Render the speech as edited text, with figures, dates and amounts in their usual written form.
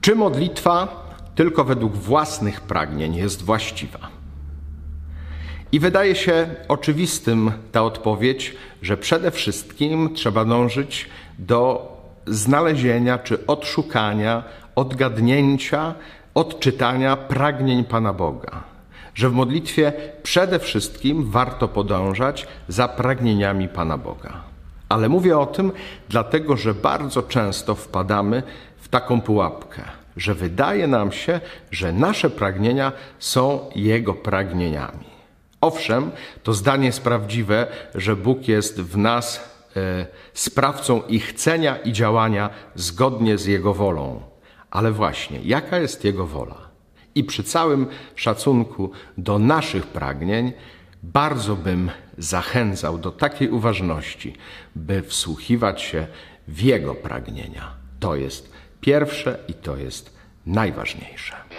Czy modlitwa tylko według własnych pragnień jest właściwa? I wydaje się oczywistym ta odpowiedź, że przede wszystkim trzeba dążyć do znalezienia czy odszukania, odgadnięcia, odczytania pragnień Pana Boga. Że w modlitwie przede wszystkim warto podążać za pragnieniami Pana Boga. Ale mówię o tym dlatego, że bardzo często wpadamy w taką pułapkę, że wydaje nam się, że nasze pragnienia są Jego pragnieniami. Owszem, to zdanie jest prawdziwe, że Bóg jest w nas sprawcą i chcenia i działania zgodnie z Jego wolą. Ale właśnie, jaka jest Jego wola? I przy całym szacunku do naszych pragnień bardzo bym zachęcał do takiej uważności, by wsłuchiwać się w Jego pragnienia. To jest pierwsze i to jest najważniejsze.